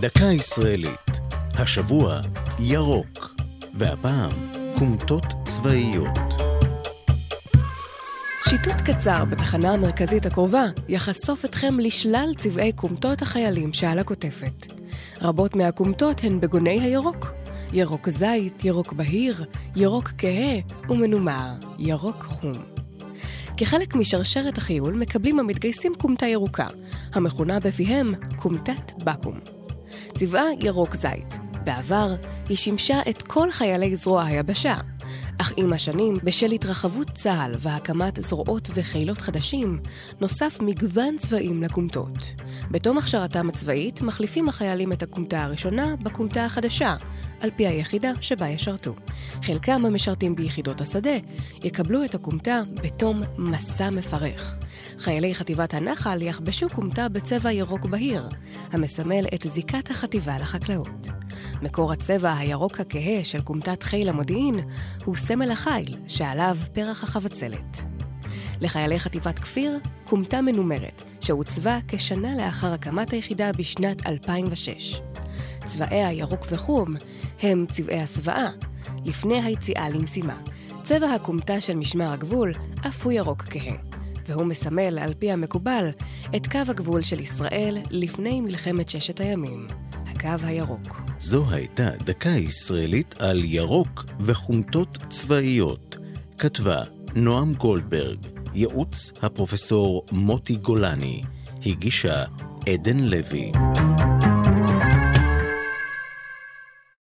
דקה ישראלית. השבוע ירוק, והפעם קומטות צבאיות. שיטוט קצר בתחנה המרכזית הקרובה יחשוף אתכם לשלל צבעי קומטות החיילים שעל הכותפת. רבות מהקומטות הן בגוני הירוק. ירוק זית, ירוק בהיר, ירוק כהה ומנומר, ירוק חום. כחלק משרשרת החיול מקבלים המתגייסים קומטה ירוקה, המכונה בפיהם קומטת בקו"ם. צבעה ירוק זית. בעבר היא שימשה את כל חיילי זרוע היבשה, אך עם השנים, בשל התרחבות צה"ל והקמת זרועות וחילות חדשים, נוסף מגוון צבעים לקומטות. בתום הכשרתם הצבאית, מחליפים החיילים את הקומטה הראשונה בקומטה החדשה, על פי היחידה שבה ישרתו. חלקם המשרתים ביחידות השדה, יקבלו את הקומטה בתום מסע מפרך. חיילי חטיבת הנחל יחבשו קומטה בצבע ירוק בהיר, המסמל את זיקת החטיבה לחקלאות. מקור הצבע הירוק הכהה של קומטת חיל המודיעין הוא סמל החיל שעליו פרח החבצלת. לחיילי חטיבת כפיר, קומטה מנומרת, שהוצבה כשנה לאחר הקמת היחידה בשנת 2006. צבעי הירוק וחום הם צבעי הסוואה, לפני היציאה למשימה. צבע הקומטה של משמר הגבול אף הוא ירוק כהה, והוא מסמל על פי המקובל את קו הגבול של ישראל לפני מלחמת ששת הימים, הקו הירוק. זו הייתה דקה ישראלית על ירוק וחומטות צבאיות. כתבה נועם גולדברג, ייעוץ הפרופסור מוטי גולני, הגישה עדן לוי.